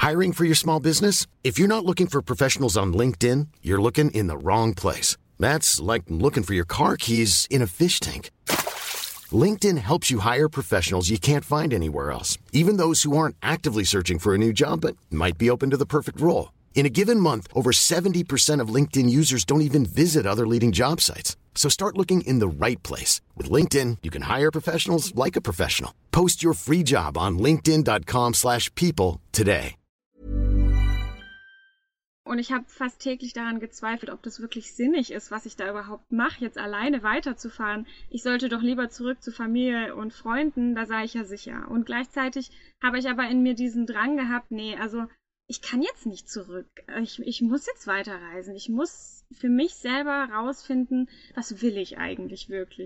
Hiring for your small business? If you're not looking for professionals on LinkedIn, you're looking in the wrong place. That's like looking for your car keys in a fish tank. LinkedIn helps you hire professionals you can't find anywhere else, even those who aren't actively searching for a new job but might be open to the perfect role. In a given month, over 70% of LinkedIn users don't even visit other leading job sites. So start looking in the right place. With LinkedIn, you can hire professionals like a professional. Post your free job on linkedin.com/people today. Und ich habe fast täglich daran gezweifelt, ob das wirklich sinnig ist, was ich da überhaupt mache, jetzt alleine weiterzufahren. Ich sollte doch lieber zurück zu Familie und Freunden, da sei ich ja sicher. Und gleichzeitig habe ich aber in mir diesen Drang gehabt, nee, also ich kann jetzt nicht zurück. Ich muss jetzt weiterreisen. Ich muss für mich selber rausfinden, was will ich eigentlich wirklich.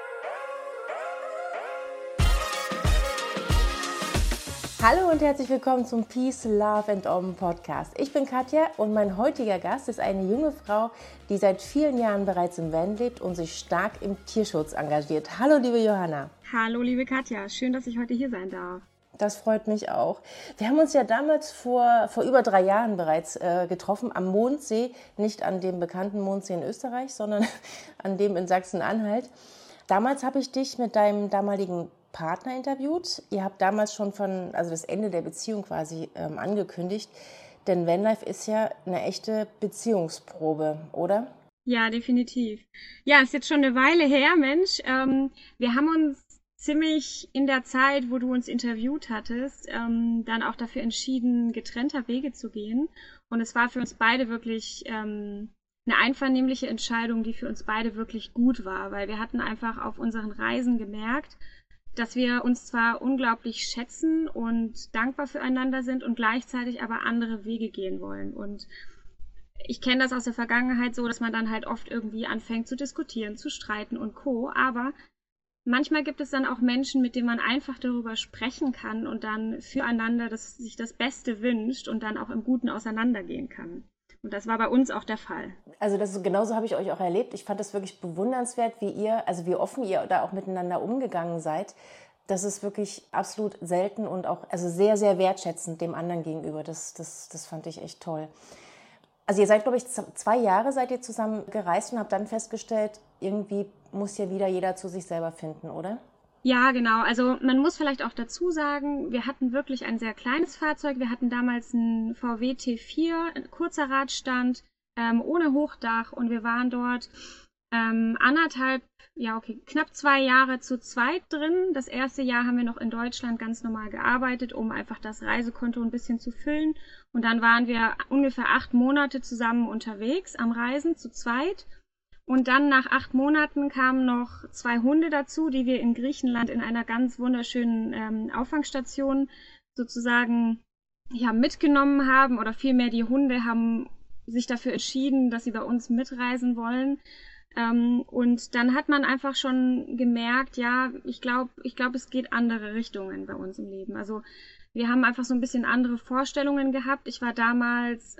Hallo und herzlich willkommen zum Peace, Love and Om Podcast. Ich bin Katja und mein heutiger Gast ist eine junge Frau, die seit vielen Jahren bereits im Van lebt und sich stark im Tierschutz engagiert. Hallo liebe Johanna. Hallo liebe Katja, schön, dass ich heute hier sein darf. Das freut mich auch. Wir haben uns ja damals vor über 3 Jahren bereits getroffen am Mondsee, nicht an dem bekannten Mondsee in Österreich, sondern an dem in Sachsen-Anhalt. Damals habe ich dich mit deinem damaligen Partner interviewt. Ihr habt damals schon das Ende der Beziehung quasi angekündigt, denn Vanlife ist ja eine echte Beziehungsprobe, oder? Ja, definitiv. Ja, ist jetzt schon eine Weile her, Mensch. Wir haben uns ziemlich in der Zeit, wo du uns interviewt hattest, dann auch dafür entschieden, getrennter Wege zu gehen. Und es war für uns beide wirklich eine einvernehmliche Entscheidung, die für uns beide wirklich gut war, weil wir hatten einfach auf unseren Reisen gemerkt, dass wir uns zwar unglaublich schätzen und dankbar füreinander sind und gleichzeitig aber andere Wege gehen wollen. Und ich kenne das aus der Vergangenheit so, dass man dann halt oft irgendwie anfängt zu diskutieren, zu streiten und Co. Aber manchmal gibt es dann auch Menschen, mit denen man einfach darüber sprechen kann und dann füreinander sich das Beste wünscht und dann auch im Guten auseinandergehen kann. Und das war bei uns auch der Fall. Also genauso habe ich euch auch erlebt. Ich fand das wirklich bewundernswert, wie offen ihr da auch miteinander umgegangen seid. Das ist wirklich absolut selten und auch sehr, sehr wertschätzend dem anderen gegenüber. Das fand ich echt toll. Also ihr seid, glaube ich, 2 Jahre seid ihr zusammen gereist und habt dann festgestellt, irgendwie muss ja wieder jeder zu sich selber finden, oder? Ja, genau. Also man muss vielleicht auch dazu sagen, wir hatten wirklich ein sehr kleines Fahrzeug. Wir hatten damals einen VW T4, ein kurzer Radstand, ohne Hochdach und wir waren dort knapp 2 Jahre zu zweit drin. Das erste Jahr haben wir noch in Deutschland ganz normal gearbeitet, um einfach das Reisekonto ein bisschen zu füllen. Und dann waren wir ungefähr 8 Monate zusammen unterwegs am Reisen zu zweit. Und dann nach 8 Monaten kamen noch 2 Hunde dazu, die wir in Griechenland in einer ganz wunderschönen Auffangstation sozusagen mitgenommen haben. Oder vielmehr die Hunde haben sich dafür entschieden, dass sie bei uns mitreisen wollen. Und dann hat man einfach schon gemerkt, ja, ich glaube, es geht andere Richtungen bei uns im Leben. Also wir haben einfach so ein bisschen andere Vorstellungen gehabt. Ich war damals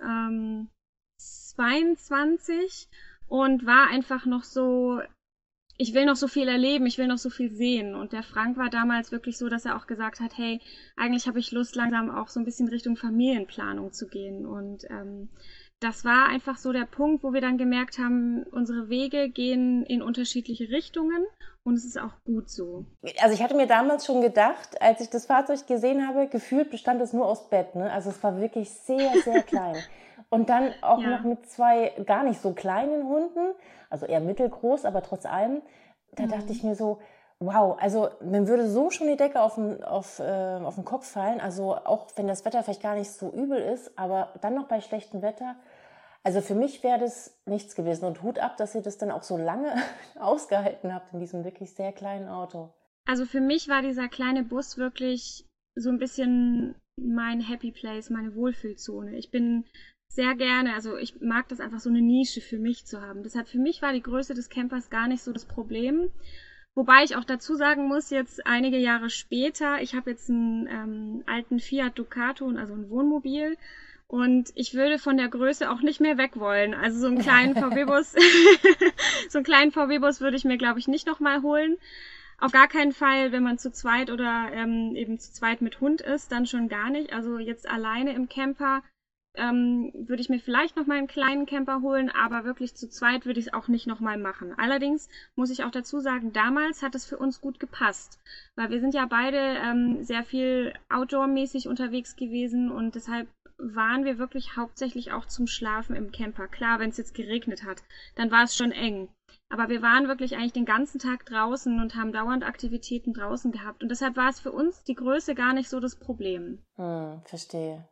22 und war einfach noch so, ich will noch so viel erleben, ich will noch so viel sehen. Und der Frank war damals wirklich so, dass er auch gesagt hat, hey, eigentlich habe ich Lust, langsam auch so ein bisschen Richtung Familienplanung zu gehen. Und das war einfach so der Punkt, wo wir dann gemerkt haben, unsere Wege gehen in unterschiedliche Richtungen und es ist auch gut so. Also ich hatte mir damals schon gedacht, als ich das Fahrzeug gesehen habe, gefühlt bestand es nur aus Bett, ne? Also es war wirklich sehr, sehr klein. Und dann auch noch mit 2 gar nicht so kleinen Hunden, also eher mittelgroß, aber trotz allem, da dachte ich mir so, wow, also mir würde so schon die Decke auf den Kopf fallen, also auch wenn das Wetter vielleicht gar nicht so übel ist, aber dann noch bei schlechtem Wetter, also für mich wäre das nichts gewesen und Hut ab, dass ihr das dann auch so lange ausgehalten habt in diesem wirklich sehr kleinen Auto. Also für mich war dieser kleine Bus wirklich so ein bisschen mein Happy Place, meine Wohlfühlzone. Ich bin sehr gerne, also ich mag das einfach so eine Nische für mich zu haben. Deshalb für mich war die Größe des Campers gar nicht so das Problem. Wobei ich auch dazu sagen muss, jetzt einige Jahre später, ich habe jetzt einen alten Fiat Ducato, also ein Wohnmobil. Und ich würde von der Größe auch nicht mehr weg wollen. Also so einen kleinen VW-Bus, würde ich mir, glaube ich, nicht nochmal holen. auf gar keinen Fall, wenn man zu zweit oder eben zu zweit mit Hund ist, dann schon gar nicht. Also jetzt alleine im Camper würde ich mir vielleicht noch mal einen kleinen Camper holen, aber wirklich zu zweit würde ich es auch nicht noch mal machen. Allerdings muss ich auch dazu sagen, damals hat es für uns gut gepasst, weil wir sind ja beide sehr viel outdoor-mäßig unterwegs gewesen und deshalb waren wir wirklich hauptsächlich auch zum Schlafen im Camper. Klar, wenn es jetzt geregnet hat, dann war es schon eng. Aber wir waren wirklich eigentlich den ganzen Tag draußen und haben dauernd Aktivitäten draußen gehabt. Und deshalb war es für uns die Größe gar nicht so das Problem. Verstehe.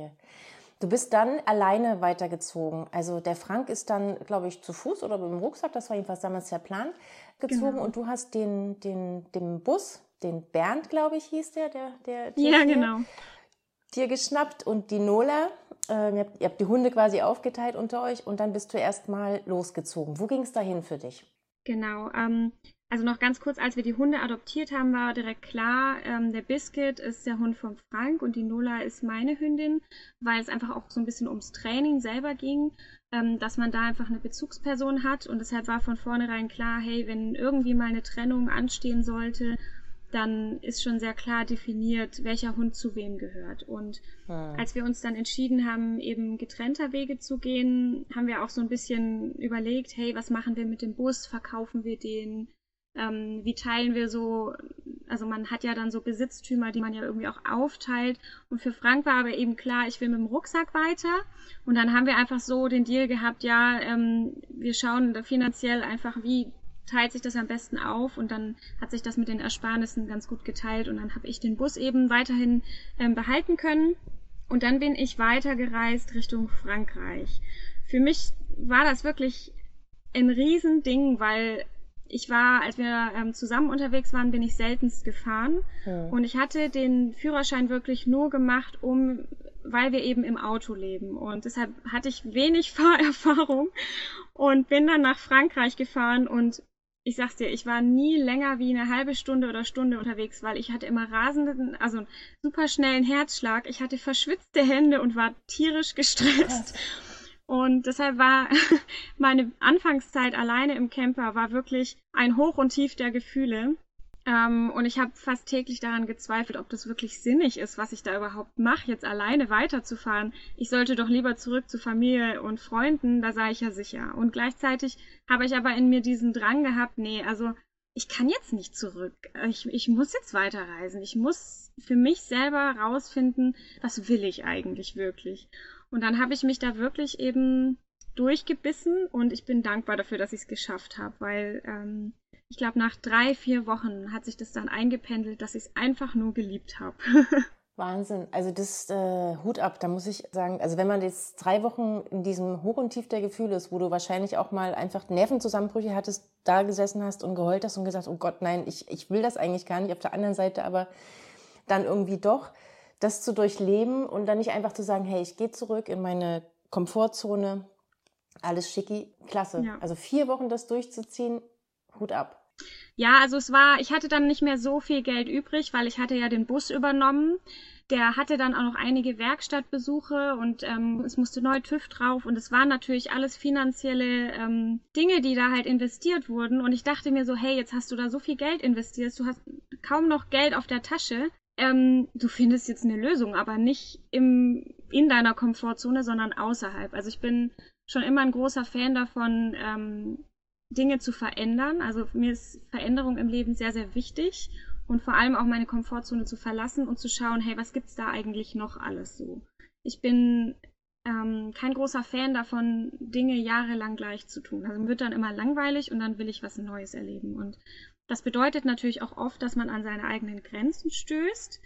Du bist dann alleine weitergezogen. Also der Frank ist dann, glaube ich, zu Fuß oder mit dem Rucksack, das war jedenfalls damals der Plan, gezogen. Genau. Und du hast den Bus, den Bernd, glaube ich, hieß der ja, genau. dir geschnappt und die Nola. Ihr habt die Hunde quasi aufgeteilt unter euch und dann bist du erstmal losgezogen. Wo ging es dahin für dich? Genau, also noch ganz kurz, als wir die Hunde adoptiert haben, war direkt klar, der Biscuit ist der Hund von Frank und die Nola ist meine Hündin, weil es einfach auch so ein bisschen ums Training selber ging, dass man da einfach eine Bezugsperson hat und deshalb war von vornherein klar, hey, wenn irgendwie mal eine Trennung anstehen sollte, dann ist schon sehr klar definiert, welcher Hund zu wem gehört. Und als wir uns dann entschieden haben, eben getrennter Wege zu gehen, haben wir auch so ein bisschen überlegt, hey, was machen wir mit dem Bus? Verkaufen wir den? Wie teilen wir so? Also man hat ja dann so Besitztümer, die man ja irgendwie auch aufteilt. Und für Frank war aber eben klar, ich will mit dem Rucksack weiter. Und dann haben wir einfach so den Deal gehabt, ja, wir schauen da finanziell einfach, wie teilt sich das am besten auf und dann hat sich das mit den Ersparnissen ganz gut geteilt und dann habe ich den Bus eben weiterhin behalten können und dann bin ich weitergereist Richtung Frankreich. Für mich war das wirklich ein Riesending, weil ich war, als wir zusammen unterwegs waren, bin ich seltenst gefahren und ich hatte den Führerschein wirklich nur gemacht, weil wir eben im Auto leben und deshalb hatte ich wenig Fahrerfahrung und bin dann nach Frankreich gefahren und ich sag's dir, ich war nie länger wie eine halbe Stunde oder Stunde unterwegs, weil ich hatte immer einen super schnellen Herzschlag. Ich hatte verschwitzte Hände und war tierisch gestresst. Und deshalb war meine Anfangszeit alleine im Camper war wirklich ein Hoch und Tief der Gefühle. Und ich habe fast täglich daran gezweifelt, ob das wirklich sinnig ist, was ich da überhaupt mache, jetzt alleine weiterzufahren. Ich sollte doch lieber zurück zu Familie und Freunden, da sei ich ja sicher. Und gleichzeitig habe ich aber in mir diesen Drang gehabt, nee, also ich kann jetzt nicht zurück. Ich muss jetzt weiterreisen. Ich muss für mich selber rausfinden, was will ich eigentlich wirklich. Und dann habe ich mich da wirklich eben durchgebissen und ich bin dankbar dafür, dass ich es geschafft habe, weil ich glaube, nach 3-4 Wochen hat sich das dann eingependelt, dass ich es einfach nur geliebt habe. Wahnsinn. Also das Hut ab, da muss ich sagen, also wenn man jetzt 3 Wochen in diesem Hoch und Tief der Gefühle ist, wo du wahrscheinlich auch mal einfach Nervenzusammenbrüche hattest, da gesessen hast und geheult hast und gesagt, oh Gott, nein, ich will das eigentlich gar nicht, auf der anderen Seite aber dann irgendwie doch, das zu durchleben und dann nicht einfach zu sagen, hey, ich gehe zurück in meine Komfortzone, alles schicki, klasse. Ja. Also 4 Wochen das durchzuziehen, Hut ab. Ja, also ich hatte dann nicht mehr so viel Geld übrig, weil ich hatte ja den Bus übernommen. Der hatte dann auch noch einige Werkstattbesuche und es musste neu TÜV drauf und es waren natürlich alles finanzielle Dinge, die da halt investiert wurden und ich dachte mir so, hey, jetzt hast du da so viel Geld investiert, du hast kaum noch Geld auf der Tasche. Du findest jetzt eine Lösung, aber nicht in deiner Komfortzone, sondern außerhalb. Also ich bin schon immer ein großer Fan davon, Dinge zu verändern. Also mir ist Veränderung im Leben sehr, sehr wichtig und vor allem auch meine Komfortzone zu verlassen und zu schauen, hey, was gibt's da eigentlich noch alles so? Ich bin kein großer Fan davon, Dinge jahrelang gleich zu tun. Also mir wird dann immer langweilig und dann will ich was Neues erleben. Und das bedeutet natürlich auch oft, dass man an seine eigenen Grenzen stößt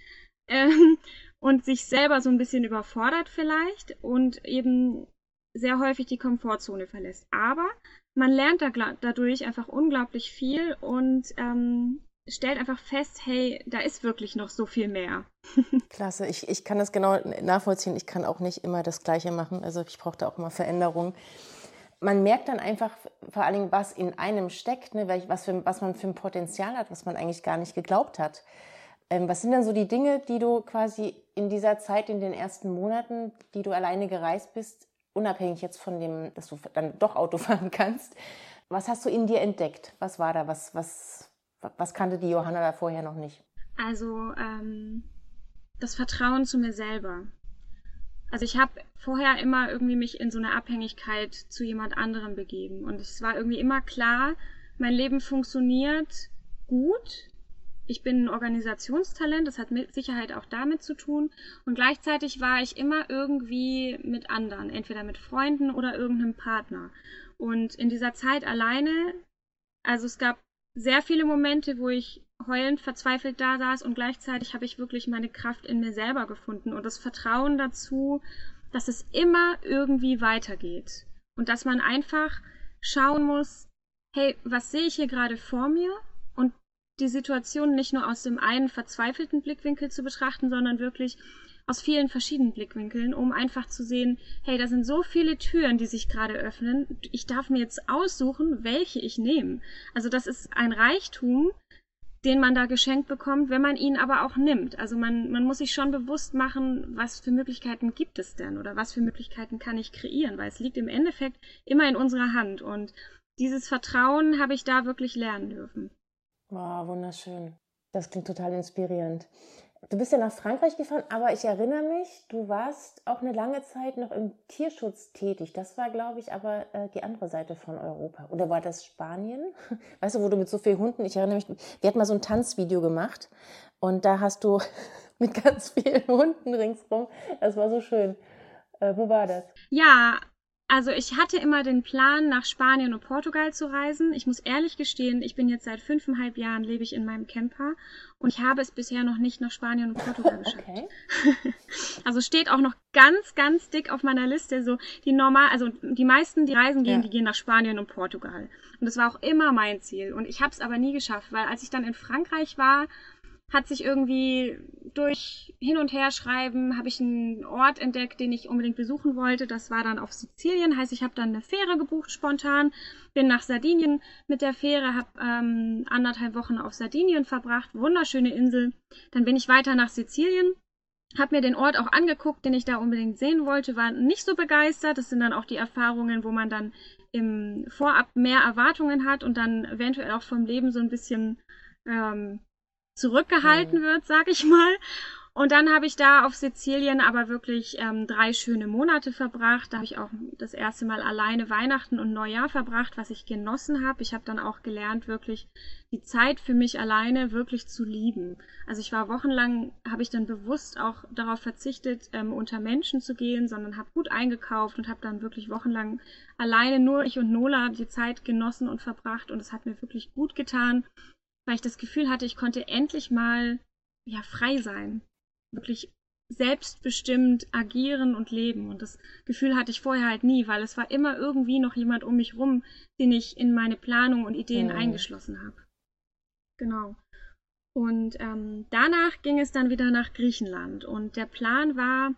und sich selber so ein bisschen überfordert vielleicht und eben sehr häufig die Komfortzone verlässt. Aber man lernt dadurch einfach unglaublich viel und stellt einfach fest, hey, da ist wirklich noch so viel mehr. Klasse, ich kann das genau nachvollziehen. Ich kann auch nicht immer das Gleiche machen. Also ich brauche da auch immer Veränderungen. Man merkt dann einfach vor allen Dingen, was in einem steckt, ne, was man für ein Potenzial hat, was man eigentlich gar nicht geglaubt hat. Was sind denn so die Dinge, die du quasi in dieser Zeit, in den ersten Monaten, die du alleine gereist bist, unabhängig jetzt von dem, dass du dann doch Auto fahren kannst, was hast du in dir entdeckt? Was war da? Was Was kannte die Johanna da vorher noch nicht? Also das Vertrauen zu mir selber. Also ich habe vorher immer irgendwie mich in so eine Abhängigkeit zu jemand anderem begeben. Und es war irgendwie immer klar, mein Leben funktioniert gut. Ich bin ein Organisationstalent, das hat mit Sicherheit auch damit zu tun. Und gleichzeitig war ich immer irgendwie mit anderen, entweder mit Freunden oder irgendeinem Partner. Und in dieser Zeit alleine, also es gab sehr viele Momente, wo ich heulend verzweifelt da saß und gleichzeitig habe ich wirklich meine Kraft in mir selber gefunden und das Vertrauen dazu, dass es immer irgendwie weitergeht und dass man einfach schauen muss, hey, was sehe ich hier gerade vor mir und die Situation nicht nur aus dem einen verzweifelten Blickwinkel zu betrachten, sondern wirklich aus vielen verschiedenen Blickwinkeln, um einfach zu sehen, hey, da sind so viele Türen, die sich gerade öffnen. Ich darf mir jetzt aussuchen, welche ich nehme. Also das ist ein Reichtum, den man da geschenkt bekommt, wenn man ihn aber auch nimmt. Also man muss sich schon bewusst machen, was für Möglichkeiten gibt es denn oder was für Möglichkeiten kann ich kreieren, weil es liegt im Endeffekt immer in unserer Hand. Und dieses Vertrauen habe ich da wirklich lernen dürfen. Wow, wunderschön. Das klingt total inspirierend. Du bist ja nach Frankreich gefahren, aber ich erinnere mich, du warst auch eine lange Zeit noch im Tierschutz tätig. Das war, glaube ich, aber die andere Seite von Europa. Oder war das Spanien? Weißt du, wo du mit so vielen Hunden, ich erinnere mich, wir hatten mal so ein Tanzvideo gemacht und da hast du mit ganz vielen Hunden ringsrum, das war so schön. Wo war das? Ja, also ich hatte immer den Plan, nach Spanien und Portugal zu reisen. Ich muss ehrlich gestehen, ich bin jetzt seit 5,5 Jahren lebe ich in meinem Camper und ich habe es bisher noch nicht nach Spanien und Portugal geschafft. Okay. Also steht auch noch ganz, ganz dick auf meiner Liste. So die meisten, die reisen gehen, die gehen nach Spanien und Portugal. Und das war auch immer mein Ziel. Und ich habe es aber nie geschafft, weil als ich dann in Frankreich war, hat sich irgendwie durch Hin- und Herschreiben, habe ich einen Ort entdeckt, den ich unbedingt besuchen wollte. Das war dann auf Sizilien, heißt, ich habe dann eine Fähre gebucht spontan, bin nach Sardinien mit der Fähre, habe 1,5 Wochen auf Sardinien verbracht, wunderschöne Insel. Dann bin ich weiter nach Sizilien, habe mir den Ort auch angeguckt, den ich da unbedingt sehen wollte, war nicht so begeistert. Das sind dann auch die Erfahrungen, wo man dann im Vorab mehr Erwartungen hat und dann eventuell auch vom Leben so ein bisschen zurückgehalten wird, sag ich mal. Und dann habe ich da auf Sizilien aber wirklich 3 schöne Monate verbracht. Da habe ich auch das erste Mal alleine Weihnachten und Neujahr verbracht, was ich genossen habe. Ich habe dann auch gelernt, wirklich die Zeit für mich alleine wirklich zu lieben. Also ich war wochenlang, habe ich dann bewusst auch darauf verzichtet, unter Menschen zu gehen, sondern habe gut eingekauft und habe dann wirklich wochenlang alleine nur ich und Nola die Zeit genossen und verbracht. Und es hat mir wirklich gut getan, weil ich das Gefühl hatte, ich konnte endlich mal frei sein, wirklich selbstbestimmt agieren und leben. Und das Gefühl hatte ich vorher halt nie, weil es war immer irgendwie noch jemand um mich rum, den ich in meine Planung und Ideen eingeschlossen habe. Genau. Und danach ging es dann wieder nach Griechenland. Und der Plan war,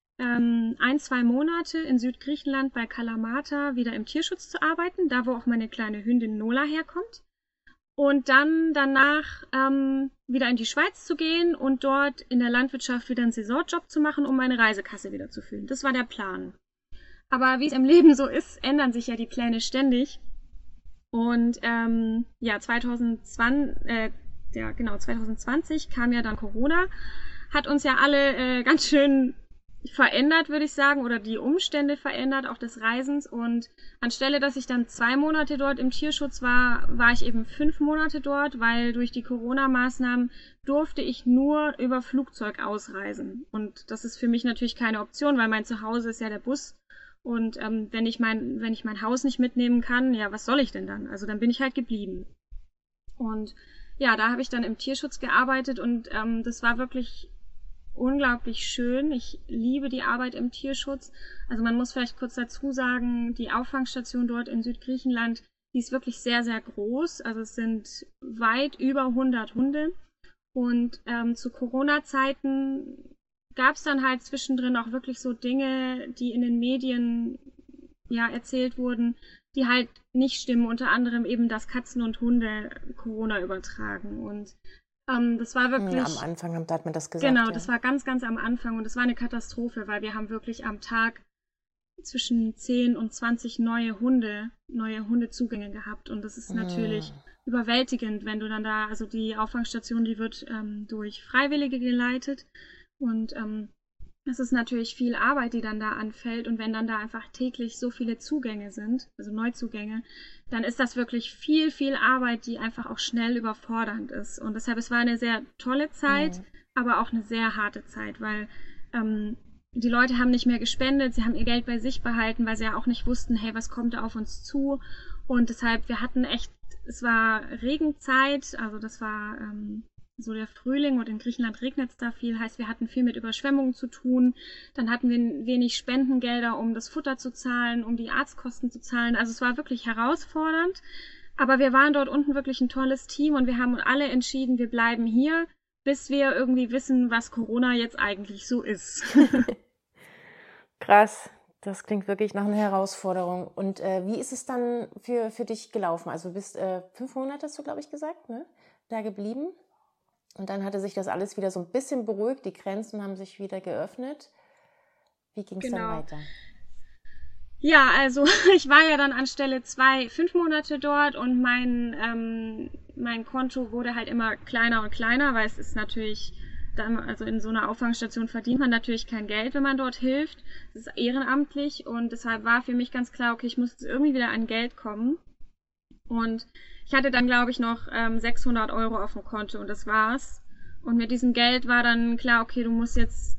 1-2 Monate in Südgriechenland bei Kalamata wieder im Tierschutz zu arbeiten, da wo auch meine kleine Hündin Nola herkommt. Und dann danach wieder in die Schweiz zu gehen und dort in der Landwirtschaft wieder einen Saisonjob zu machen, um meine Reisekasse wieder zu füllen. Das war der Plan. Aber wie es im Leben so ist, ändern sich ja die Pläne ständig. Und 2020 kam ja dann Corona, hat uns ja alle ganz schön verändert, würde ich sagen, oder die Umstände verändert, auch des Reisens. Und anstelle, dass ich dann 2 Monate dort im Tierschutz war, war ich eben 5 Monate dort, weil durch die Corona-Maßnahmen durfte ich nur über Flugzeug ausreisen. Und das ist für mich natürlich keine Option, weil mein Zuhause ist ja der Bus. Und wenn ich mein Haus nicht mitnehmen kann, ja, was soll ich denn dann? Also dann bin ich halt geblieben. Und ja, da habe ich dann im Tierschutz gearbeitet und das war wirklich unglaublich schön. Ich liebe die Arbeit im Tierschutz. Also man muss vielleicht kurz dazu sagen, die Auffangstation dort in Südgriechenland, die ist wirklich sehr, sehr groß. Also es sind weit über 100 Hunde. Und zu Corona-Zeiten gab es dann halt zwischendrin auch wirklich so Dinge, die in den Medien erzählt wurden, die halt nicht stimmen. Unter anderem eben, dass Katzen und Hunde Corona übertragen. Und das war wirklich... Am Anfang hat man das gesagt. Genau, das war ganz, ganz am Anfang und das war eine Katastrophe, weil wir haben wirklich am Tag zwischen 10 und 20 neue Hundezugänge gehabt und das ist natürlich überwältigend, wenn du dann da, also die Auffangstation, die wird durch Freiwillige geleitet und es ist natürlich viel Arbeit, die dann da anfällt und wenn dann da einfach täglich so viele Zugänge sind, also Neuzugänge, dann ist das wirklich viel, viel Arbeit, die einfach auch schnell überfordernd ist. Und deshalb, es war eine sehr tolle Zeit, aber auch eine sehr harte Zeit, weil die Leute haben nicht mehr gespendet, sie haben ihr Geld bei sich behalten, weil sie ja auch nicht wussten, hey, was kommt da auf uns zu? Und deshalb, wir hatten echt, es war Regenzeit, also das war so der Frühling und in Griechenland regnet es da viel, heißt wir hatten viel mit Überschwemmungen zu tun, dann hatten wir wenig Spendengelder, um das Futter zu zahlen, um die Arztkosten zu zahlen, also es war wirklich herausfordernd, aber wir waren dort unten wirklich ein tolles Team und wir haben alle entschieden, wir bleiben hier, bis wir irgendwie wissen, was Corona jetzt eigentlich so ist. Krass, das klingt wirklich nach einer Herausforderung. Und wie ist es dann für dich gelaufen? Also du bist 5 Monate, hast du, glaube ich, gesagt, ne? Da geblieben. Und dann hatte sich das alles wieder so ein bisschen beruhigt, die Grenzen haben sich wieder geöffnet. Wie ging es dann weiter? Ja, also ich war ja dann an Stelle 2 5 Monate dort und mein Konto wurde halt immer kleiner und kleiner, weil es ist natürlich, also in so einer Auffangstation verdient man natürlich kein Geld, wenn man dort hilft. Das ist ehrenamtlich und deshalb war für mich ganz klar, okay, ich muss jetzt irgendwie wieder an Geld kommen. Und ich hatte dann, glaube ich, noch 600 € auf dem Konto und das war's. Und mit diesem Geld war dann klar, okay, du musst jetzt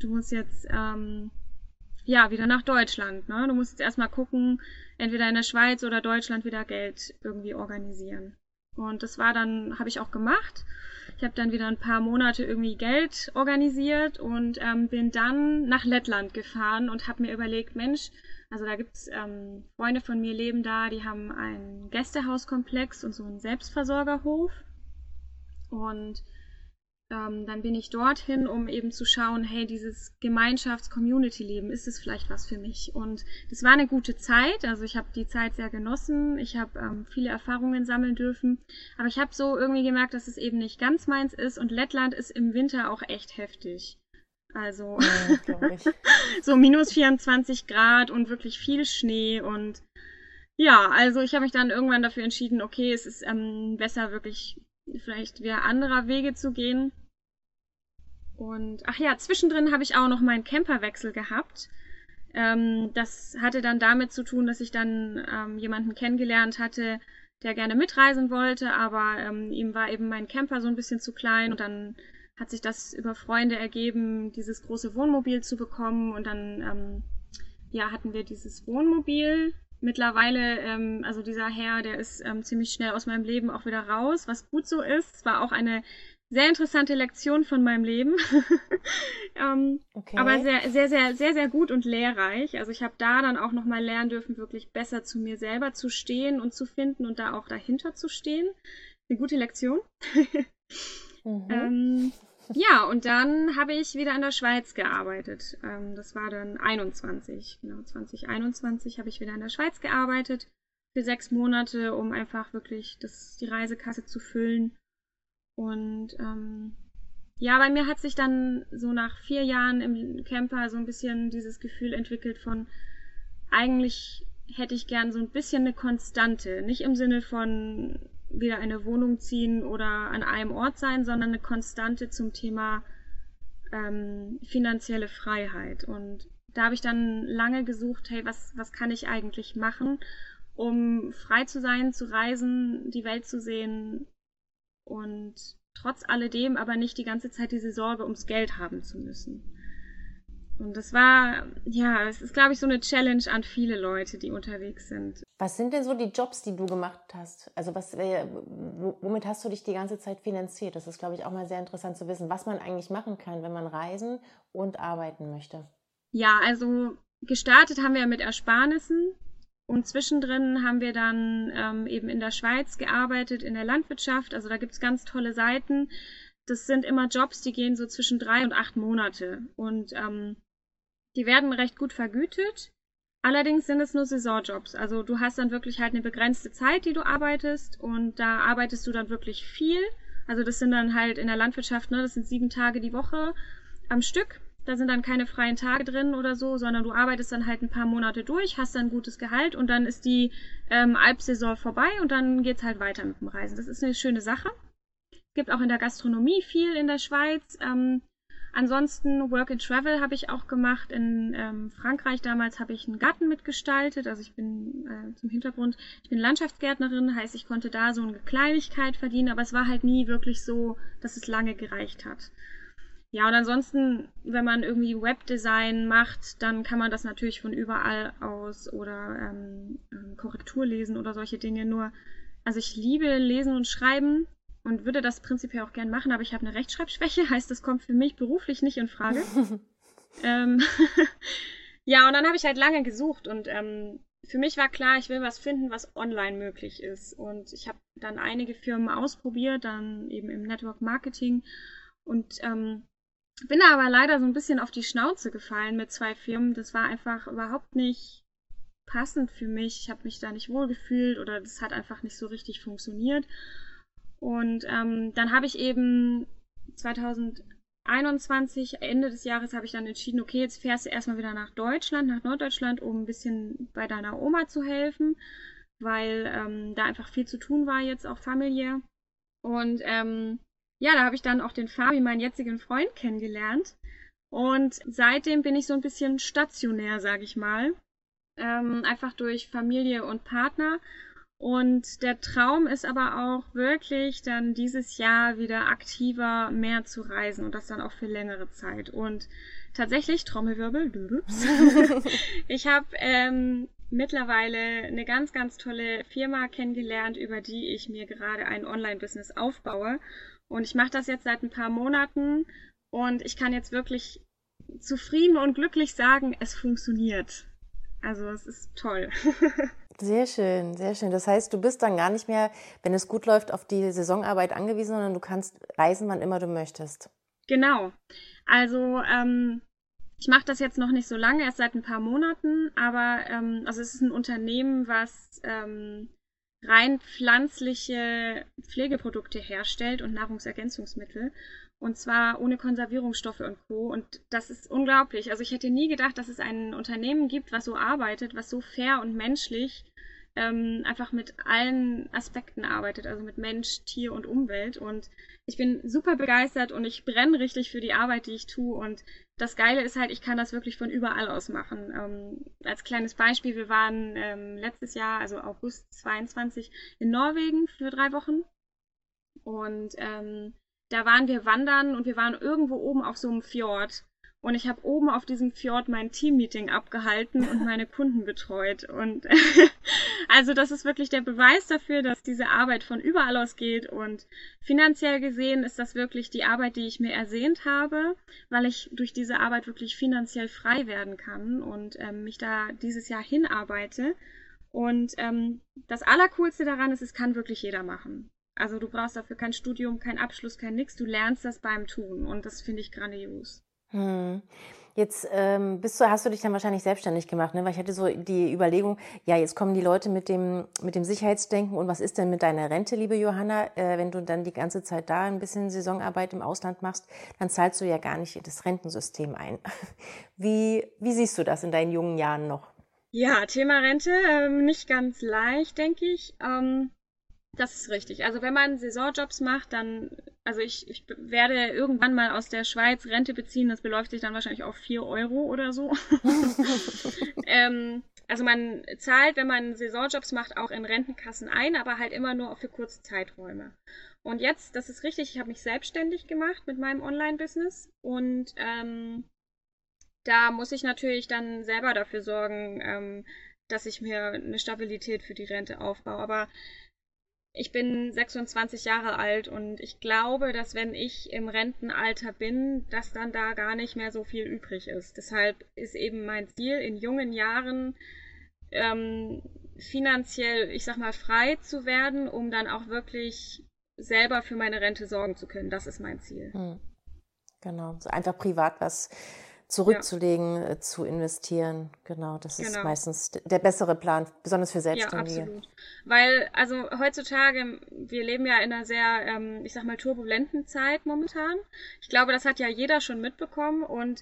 wieder nach Deutschland, ne? Du musst jetzt erstmal gucken, entweder in der Schweiz oder Deutschland wieder Geld irgendwie organisieren. Und das war dann, habe ich auch gemacht. Ich habe dann wieder ein paar Monate irgendwie Geld organisiert und bin dann nach Lettland gefahren und habe mir überlegt, Mensch, also da gibt's Freunde von mir leben da, die haben einen Gästehauskomplex und so einen Selbstversorgerhof. Und dann bin ich dorthin, um eben zu schauen, hey, dieses Gemeinschafts-Community-Leben, ist es vielleicht was für mich? Und das war eine gute Zeit, also ich habe die Zeit sehr genossen, ich habe viele Erfahrungen sammeln dürfen, aber ich habe so irgendwie gemerkt, dass es eben nicht ganz meins ist und Lettland ist im Winter auch echt heftig. Also so minus 24 Grad und wirklich viel Schnee und ja, also ich habe mich dann irgendwann dafür entschieden, okay, es ist besser wirklich vielleicht wieder anderer Wege zu gehen. Und ach ja, zwischendrin habe ich auch noch meinen Camperwechsel gehabt. Das hatte dann damit zu tun, dass ich dann jemanden kennengelernt hatte, der gerne mitreisen wollte, aber ihm war eben mein Camper so ein bisschen zu klein und dann hat sich das über Freunde ergeben, dieses große Wohnmobil zu bekommen und dann hatten wir dieses Wohnmobil. Mittlerweile, also dieser Herr, der ist ziemlich schnell aus meinem Leben auch wieder raus, was gut so ist. Es war auch eine sehr interessante Lektion von meinem Leben, aber sehr, sehr, sehr, sehr, sehr gut und lehrreich. Also ich habe da dann auch nochmal lernen dürfen, wirklich besser zu mir selber zu stehen und zu finden und da auch dahinter zu stehen. Eine gute Lektion. Ja, und dann habe ich wieder in der Schweiz gearbeitet. Das war dann 2021 habe ich wieder in der Schweiz gearbeitet für 6 Monate, um einfach wirklich die Reisekasse zu füllen. Und bei mir hat sich dann so nach 4 Jahren im Camper so ein bisschen dieses Gefühl entwickelt von, eigentlich hätte ich gern so ein bisschen eine Konstante. Nicht im Sinne von wieder eine Wohnung ziehen oder an einem Ort sein, sondern eine Konstante zum Thema finanzielle Freiheit. Und da habe ich dann lange gesucht, hey, was kann ich eigentlich machen, um frei zu sein, zu reisen, die Welt zu sehen und trotz alledem aber nicht die ganze Zeit diese Sorge ums Geld haben zu müssen. Und das war, es ist, glaube ich, so eine Challenge an viele Leute, die unterwegs sind. Was sind denn so die Jobs, die du gemacht hast? Also womit hast du dich die ganze Zeit finanziert? Das ist, glaube ich, auch mal sehr interessant zu wissen, was man eigentlich machen kann, wenn man reisen und arbeiten möchte. Ja, also gestartet haben wir mit Ersparnissen und zwischendrin haben wir dann eben in der Schweiz gearbeitet, in der Landwirtschaft. Also da gibt es ganz tolle Seiten. Das sind immer Jobs, die gehen so zwischen 3 und 8 Monate und die werden recht gut vergütet. Allerdings sind es nur Saisonjobs. Also du hast dann wirklich halt eine begrenzte Zeit, die du arbeitest und da arbeitest du dann wirklich viel. Also das sind dann halt in der Landwirtschaft, das sind 7 Tage die Woche am Stück Da sind dann keine freien Tage drin oder so, sondern du arbeitest dann halt ein paar Monate durch, hast dann ein gutes Gehalt und dann ist die Alpsaison vorbei und dann geht's halt weiter mit dem Reisen. Das ist eine schöne Sache. Gibt auch in der Gastronomie viel in der Schweiz. Ansonsten Work and Travel habe ich auch gemacht. In Frankreich damals habe ich einen Garten mitgestaltet. Also ich bin zum Hintergrund, ich bin Landschaftsgärtnerin, heißt ich konnte da so eine Kleinigkeit verdienen, aber es war halt nie wirklich so, dass es lange gereicht hat. Ja, und ansonsten, wenn man irgendwie Webdesign macht, dann kann man das natürlich von überall aus oder Korrektur lesen oder solche Dinge. Nur, also ich liebe Lesen und Schreiben und würde das prinzipiell auch gern machen, aber ich habe eine Rechtschreibschwäche, heißt, das kommt für mich beruflich nicht in Frage. Ja, und dann habe ich halt lange gesucht und für mich war klar, ich will was finden, was online möglich ist. Und ich habe dann einige Firmen ausprobiert, dann eben im Network Marketing und bin da aber leider so ein bisschen auf die Schnauze gefallen mit 2 Firmen. Das war einfach überhaupt nicht passend für mich. Ich habe mich da nicht wohl gefühlt oder das hat einfach nicht so richtig funktioniert. Und dann habe ich eben 2021, Ende des Jahres, habe ich dann entschieden, okay, jetzt fährst du erstmal wieder nach Deutschland, nach Norddeutschland, um ein bisschen bei deiner Oma zu helfen, weil da einfach viel zu tun war jetzt auch familiär. Und ja, da habe ich dann auch den Fabi, meinen jetzigen Freund, kennengelernt. Und seitdem bin ich so ein bisschen stationär, sage ich mal. Einfach durch Familie und Partner. Und der Traum ist aber auch wirklich dann dieses Jahr wieder aktiver mehr zu reisen und das dann auch für längere Zeit. Und tatsächlich, Trommelwirbel, ich habe mittlerweile eine ganz, ganz tolle Firma kennengelernt, über die ich mir gerade ein Online-Business aufbaue. Und ich mache das jetzt seit ein paar Monaten und ich kann jetzt wirklich zufrieden und glücklich sagen, es funktioniert. Also es ist toll. Sehr schön, sehr schön. Das heißt, du bist dann gar nicht mehr, wenn es gut läuft, auf die Saisonarbeit angewiesen, sondern du kannst reisen, wann immer du möchtest. Genau. Also ich mache das jetzt noch nicht so lange, erst seit ein paar Monaten, aber also es ist ein Unternehmen, was rein pflanzliche Pflegeprodukte herstellt und Nahrungsergänzungsmittel. Und zwar ohne Konservierungsstoffe und Co. Und das ist unglaublich. Also ich hätte nie gedacht, dass es ein Unternehmen gibt, was so arbeitet, was so fair und menschlich einfach mit allen Aspekten arbeitet, also mit Mensch, Tier und Umwelt. Und ich bin super begeistert und ich brenne richtig für die Arbeit, die ich tue. Und das Geile ist halt, ich kann das wirklich von überall aus machen. Als kleines Beispiel, wir waren letztes Jahr, also August 22, in Norwegen für 3 Wochen. Und da waren wir wandern und wir waren irgendwo oben auf so einem Fjord. Und ich habe oben auf diesem Fjord mein Teammeeting abgehalten und meine Kunden betreut. Und also das ist wirklich der Beweis dafür, dass diese Arbeit von überall aus geht. Und finanziell gesehen ist das wirklich die Arbeit, die ich mir ersehnt habe, weil ich durch diese Arbeit wirklich finanziell frei werden kann und mich da dieses Jahr hinarbeite. Und das Allercoolste daran ist, es kann wirklich jeder machen. Also du brauchst dafür kein Studium, kein Abschluss, kein nix. Du lernst das beim Tun und das finde ich grandios. Jetzt hast du dich dann wahrscheinlich selbstständig gemacht, ne? Weil ich hatte so die Überlegung, ja, jetzt kommen die Leute mit dem Sicherheitsdenken und was ist denn mit deiner Rente, liebe Johanna? Wenn du dann die ganze Zeit da ein bisschen Saisonarbeit im Ausland machst, dann zahlst du ja gar nicht in das Rentensystem ein. Wie siehst du das in deinen jungen Jahren noch? Ja, Thema Rente, nicht ganz leicht, denke ich. Das ist richtig. Also wenn man Saisonjobs macht, dann, also ich werde irgendwann mal aus der Schweiz Rente beziehen, das beläuft sich dann wahrscheinlich auf 4 Euro oder so. Also man zahlt, wenn man Saisonjobs macht, auch in Rentenkassen ein, aber halt immer nur für kurze Zeiträume. Und jetzt, das ist richtig, ich habe mich selbstständig gemacht mit meinem Online-Business und da muss ich natürlich dann selber dafür sorgen, dass ich mir eine Stabilität für die Rente aufbaue. Aber ich bin 26 Jahre alt und ich glaube, dass wenn ich im Rentenalter bin, dass dann da gar nicht mehr so viel übrig ist. Deshalb ist eben mein Ziel, in jungen Jahren finanziell, ich sag mal, frei zu werden, um dann auch wirklich selber für meine Rente sorgen zu können. Das ist mein Ziel. Genau, so einfach privat was zurückzulegen, zu investieren. Genau, das ist meistens der bessere Plan, besonders für Selbstständige. Ja, absolut. Weil, also heutzutage, wir leben ja in einer sehr, ich sag mal, turbulenten Zeit momentan. Ich glaube, das hat ja jeder schon mitbekommen und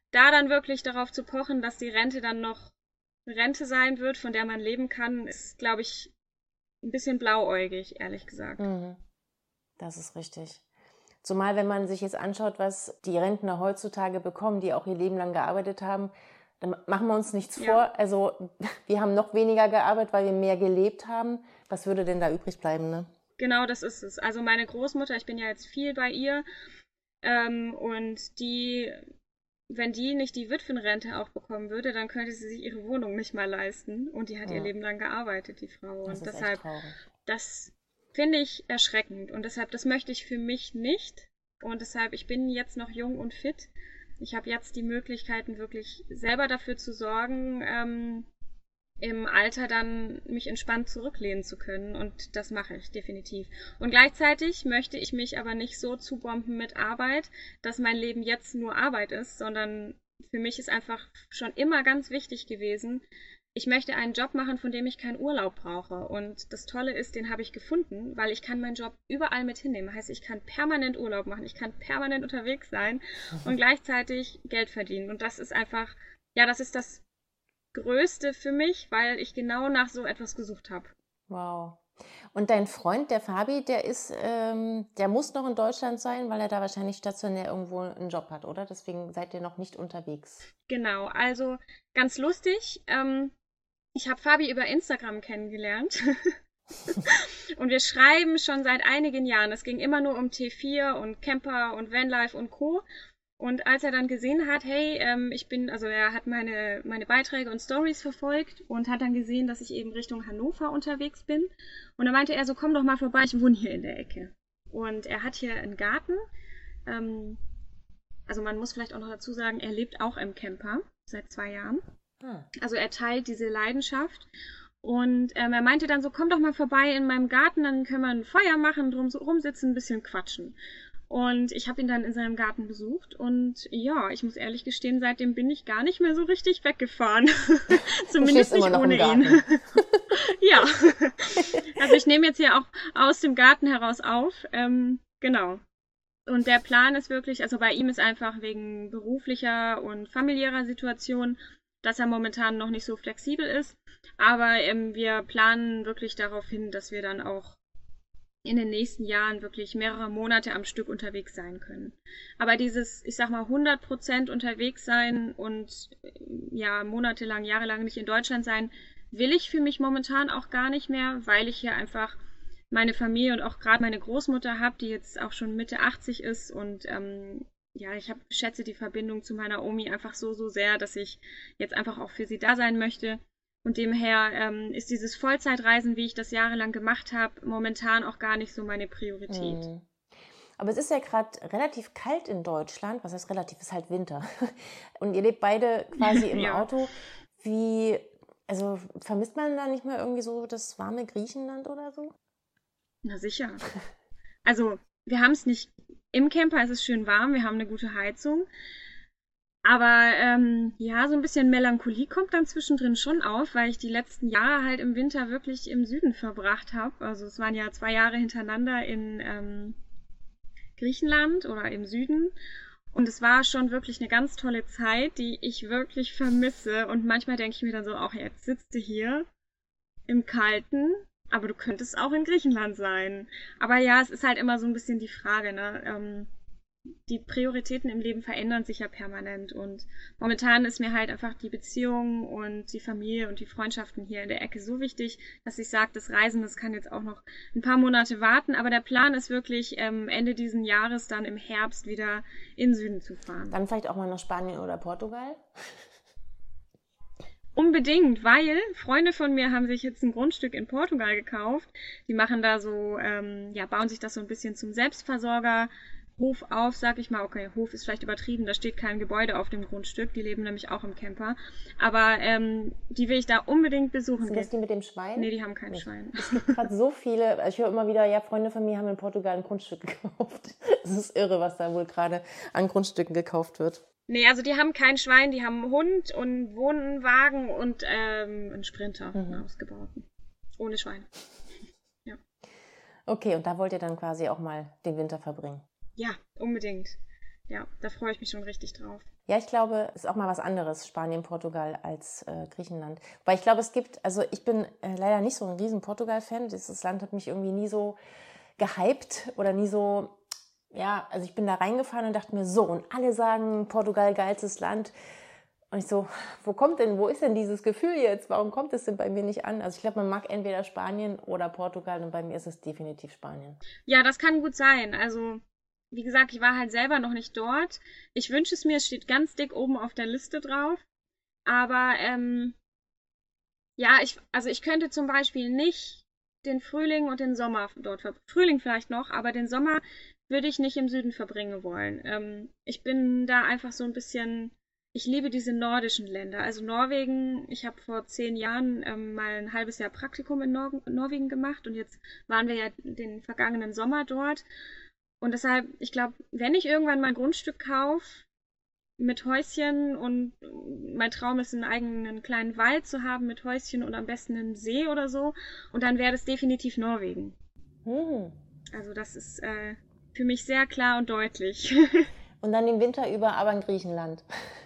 da dann wirklich darauf zu pochen, dass die Rente dann noch eine Rente sein wird, von der man leben kann, ist, glaube ich, ein bisschen blauäugig, ehrlich gesagt. Das ist richtig. Zumal, wenn man sich jetzt anschaut, was die Rentner heutzutage bekommen, die auch ihr Leben lang gearbeitet haben, dann machen wir uns nichts vor. Also wir haben noch weniger gearbeitet, weil wir mehr gelebt haben. Was würde denn da übrig bleiben, ne? Genau, das ist es. Also meine Großmutter, ich bin ja jetzt viel bei ihr, und wenn die nicht die Witwenrente auch bekommen würde, dann könnte sie sich ihre Wohnung nicht mal leisten. Und die hat ihr Leben lang gearbeitet, die Frau. Das und ist deshalb, echt traurig. das finde ich erschreckend. Und deshalb, das möchte ich für mich nicht. Und deshalb, ich bin jetzt noch jung und fit. Ich habe jetzt die Möglichkeiten, wirklich selber dafür zu sorgen, im Alter dann mich entspannt zurücklehnen zu können. Und das mache ich definitiv. Und gleichzeitig möchte ich mich aber nicht so zubomben mit Arbeit, dass mein Leben jetzt nur Arbeit ist, sondern für mich ist einfach schon immer ganz wichtig gewesen, ich möchte einen Job machen, von dem ich keinen Urlaub brauche. Und das Tolle ist, den habe ich gefunden, weil ich kann meinen Job überall mit hinnehmen. Heißt, ich kann permanent Urlaub machen, ich kann permanent unterwegs sein und gleichzeitig Geld verdienen. Und das ist einfach, ja, das ist das Größte für mich, weil ich genau nach so etwas gesucht habe. Wow. Und dein Freund, der Fabi, der muss noch in Deutschland sein, weil er da wahrscheinlich stationär irgendwo einen Job hat, oder? Deswegen seid ihr noch nicht unterwegs. Genau, also ganz lustig. Ich habe Fabi über Instagram kennengelernt. Und wir schreiben schon seit einigen Jahren. Es ging immer nur um T4 und Camper und Vanlife und Co. Und als er dann gesehen hat, hey, er hat meine Beiträge und Stories verfolgt und hat dann gesehen, dass ich eben Richtung Hannover unterwegs bin. Und dann meinte er so, komm doch mal vorbei, ich wohne hier in der Ecke. Und er hat hier einen Garten. Also man muss vielleicht auch noch dazu sagen, er lebt auch im Camper seit 2 Jahren. Also er teilt diese Leidenschaft. Und er meinte dann so, komm doch mal vorbei in meinem Garten, dann können wir ein Feuer machen, drum rumsitzen, ein bisschen quatschen. Und ich habe ihn dann in seinem Garten besucht und ja, ich muss ehrlich gestehen, seitdem bin ich gar nicht mehr so richtig weggefahren. Zumindest nicht ohne ihn. Ja, also ich nehme jetzt hier auch aus dem Garten heraus auf. Genau. Und der Plan ist wirklich, also bei ihm ist einfach wegen beruflicher und familiärer Situation, dass er momentan noch nicht so flexibel ist. Aber wir planen wirklich darauf hin, dass wir dann auch in den nächsten Jahren wirklich mehrere Monate am Stück unterwegs sein können. Aber dieses, ich sag mal, 100% unterwegs sein und ja, monatelang, jahrelang nicht in Deutschland sein, will ich für mich momentan auch gar nicht mehr, weil ich hier einfach meine Familie und auch gerade meine Großmutter habe, die jetzt auch schon Mitte 80 ist und ja, ich schätze die Verbindung zu meiner Omi einfach so sehr, dass ich jetzt einfach auch für sie da sein möchte. Und demher ist dieses Vollzeitreisen, wie ich das jahrelang gemacht habe, momentan auch gar nicht so meine Priorität. Aber es ist ja gerade relativ kalt in Deutschland. Was heißt relativ? Es ist halt Winter. Und ihr lebt beide quasi im Auto. Also vermisst man da nicht mehr irgendwie so das warme Griechenland oder so? Na sicher. Also wir haben es nicht im Camper, es ist schön warm, wir haben eine gute Heizung. Aber ja, so ein bisschen Melancholie kommt dann zwischendrin schon auf, weil ich die letzten Jahre halt im Winter wirklich im Süden verbracht habe. Also es waren ja 2 Jahre hintereinander in Griechenland oder im Süden. Und es war schon wirklich eine ganz tolle Zeit, die ich wirklich vermisse. Und manchmal denke ich mir dann so, auch jetzt sitzt du hier im Kalten, aber du könntest auch in Griechenland sein. Aber ja, es ist halt immer so ein bisschen die Frage, ne? Die Prioritäten im Leben verändern sich ja permanent und momentan ist mir halt einfach die Beziehung und die Familie und die Freundschaften hier in der Ecke so wichtig, dass ich sage, das Reisen, das kann jetzt auch noch ein paar Monate warten, aber der Plan ist wirklich Ende diesen Jahres dann im Herbst wieder in den Süden zu fahren. Dann vielleicht auch mal nach Spanien oder Portugal? Unbedingt, weil Freunde von mir haben sich jetzt ein Grundstück in Portugal gekauft. Die machen da so, bauen sich das so ein bisschen zum Selbstversorger Hof auf, sag ich mal. Okay, Hof ist vielleicht übertrieben, da steht kein Gebäude auf dem Grundstück, die leben nämlich auch im Camper. Aber die will ich da unbedingt besuchen. Sind das die mit dem Schwein? Nee, die haben kein Schwein. Es gibt gerade so viele, ich höre immer wieder, ja, Freunde von mir haben in Portugal ein Grundstück gekauft. Es ist irre, was da wohl gerade an Grundstücken gekauft wird. Nee, also die haben kein Schwein, die haben einen Hund und Wohnwagen und einen Sprinter, einen ausgebauten. Ohne Schwein. Ja. Okay, und da wollt ihr dann quasi auch mal den Winter verbringen? Ja, unbedingt. Ja, da freue ich mich schon richtig drauf. Ja, ich glaube, es ist auch mal was anderes, Spanien, Portugal, als Griechenland. Weil ich glaube, also ich bin leider nicht so ein riesen Portugal-Fan. Dieses Land hat mich irgendwie nie so gehypt oder nie so, ja, also ich bin da reingefahren und dachte mir so, und alle sagen, Portugal, geilstes Land. Und ich so, wo ist denn dieses Gefühl jetzt? Warum kommt es denn bei mir nicht an? Also ich glaube, man mag entweder Spanien oder Portugal und bei mir ist es definitiv Spanien. Ja, das kann gut sein. Also, wie gesagt, ich war halt selber noch nicht dort. Ich wünsche es mir, es steht ganz dick oben auf der Liste drauf. Aber, ja, ich könnte zum Beispiel nicht den Frühling und den Sommer dort verbringen. Frühling vielleicht noch, aber den Sommer würde ich nicht im Süden verbringen wollen. Ich bin da einfach so ein bisschen. Ich liebe diese nordischen Länder. Also Norwegen, ich habe vor 10 Jahren mal ein halbes Jahr Praktikum in Norwegen gemacht und jetzt waren wir ja den vergangenen Sommer dort. Und deshalb, ich glaube, wenn ich irgendwann mal ein Grundstück kaufe mit Häuschen und mein Traum ist, einen eigenen kleinen Wald zu haben mit Häuschen und am besten einen See oder so, und dann wäre das definitiv Norwegen. Also das ist für mich sehr klar und deutlich. Und dann den Winter über aber in Griechenland.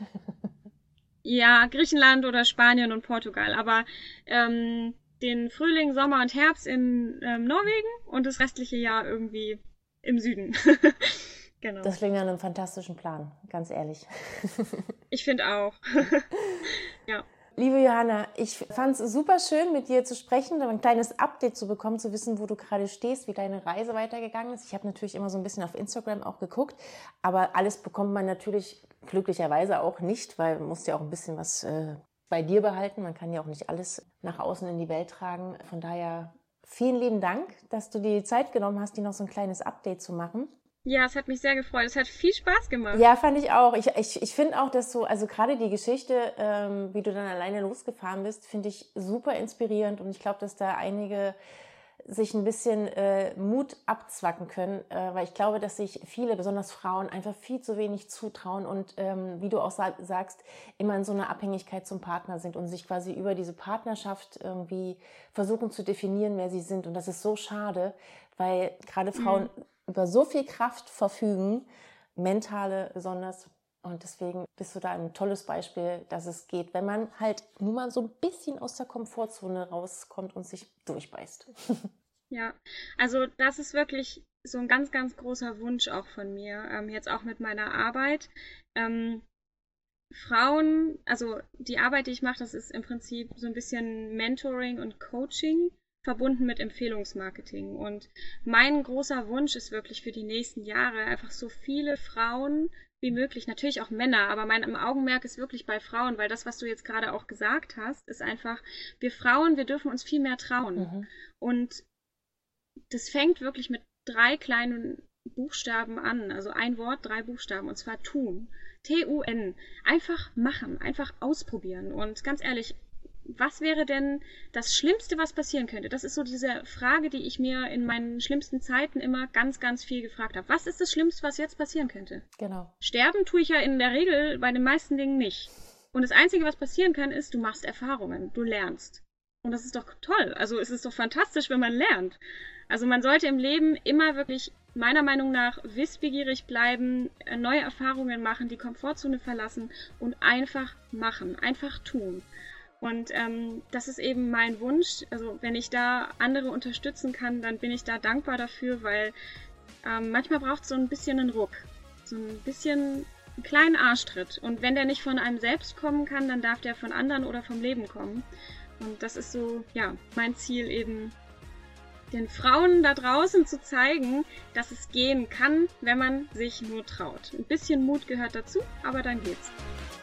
Ja, Griechenland oder Spanien und Portugal. Aber den Frühling, Sommer und Herbst in Norwegen und das restliche Jahr irgendwie im Süden. Genau. Das klingt nach einem fantastischen Plan, ganz ehrlich. Ich finde auch. Ja. Liebe Johanna, ich fand es super schön, mit dir zu sprechen, ein kleines Update zu bekommen, zu wissen, wo du gerade stehst, wie deine Reise weitergegangen ist. Ich habe natürlich immer so ein bisschen auf Instagram auch geguckt, aber alles bekommt man natürlich glücklicherweise auch nicht, weil man muss ja auch ein bisschen was bei dir behalten. Man kann ja auch nicht alles nach außen in die Welt tragen. Von daher vielen lieben Dank, dass du dir die Zeit genommen hast, dir noch so ein kleines Update zu machen. Ja, es hat mich sehr gefreut. Es hat viel Spaß gemacht. Ja, fand ich auch. Ich finde auch, dass so, also gerade die Geschichte, wie du dann alleine losgefahren bist, finde ich super inspirierend. Und ich glaube, dass da einige sich ein bisschen Mut abzwacken können, weil ich glaube, dass sich viele, besonders Frauen, einfach viel zu wenig zutrauen und wie du auch sagst, immer in so einer Abhängigkeit zum Partner sind und sich quasi über diese Partnerschaft irgendwie versuchen zu definieren, wer sie sind. Und das ist so schade, weil gerade Frauen über so viel Kraft verfügen, mentale besonders. Und deswegen bist du da ein tolles Beispiel, dass es geht, wenn man halt nur mal so ein bisschen aus der Komfortzone rauskommt und sich durchbeißt. Ja, also das ist wirklich so ein ganz, ganz großer Wunsch auch von mir, jetzt auch mit meiner Arbeit. Frauen, also die Arbeit, die ich mache, das ist im Prinzip so ein bisschen Mentoring und Coaching verbunden mit Empfehlungsmarketing. Und mein großer Wunsch ist wirklich für die nächsten Jahre einfach so viele Frauen wie möglich, natürlich auch Männer, aber mein Augenmerk ist wirklich bei Frauen, weil das, was du jetzt gerade auch gesagt hast, ist einfach, wir Frauen, wir dürfen uns viel mehr trauen. Und das fängt wirklich mit 3 kleinen Buchstaben an, also ein Wort, 3 Buchstaben, und zwar tun. T-U-N. Einfach machen, einfach ausprobieren. Und ganz ehrlich, was wäre denn das Schlimmste, was passieren könnte? Das ist so diese Frage, die ich mir in meinen schlimmsten Zeiten immer ganz, ganz viel gefragt habe. Was ist das Schlimmste, was jetzt passieren könnte? Genau. Sterben tue ich ja in der Regel bei den meisten Dingen nicht. Und das Einzige, was passieren kann, ist, du machst Erfahrungen, du lernst. Und das ist doch toll. Also es ist doch fantastisch, wenn man lernt. Also man sollte im Leben immer wirklich meiner Meinung nach wissbegierig bleiben, neue Erfahrungen machen, die Komfortzone verlassen und einfach machen, einfach tun. Und das ist eben mein Wunsch. Also wenn ich da andere unterstützen kann, dann bin ich da dankbar dafür, weil manchmal braucht es so ein bisschen einen Ruck, so ein bisschen einen kleinen Arschtritt. Und wenn der nicht von einem selbst kommen kann, dann darf der von anderen oder vom Leben kommen. Und das ist so, ja, mein Ziel eben, den Frauen da draußen zu zeigen, dass es gehen kann, wenn man sich nur traut. Ein bisschen Mut gehört dazu, aber dann geht's.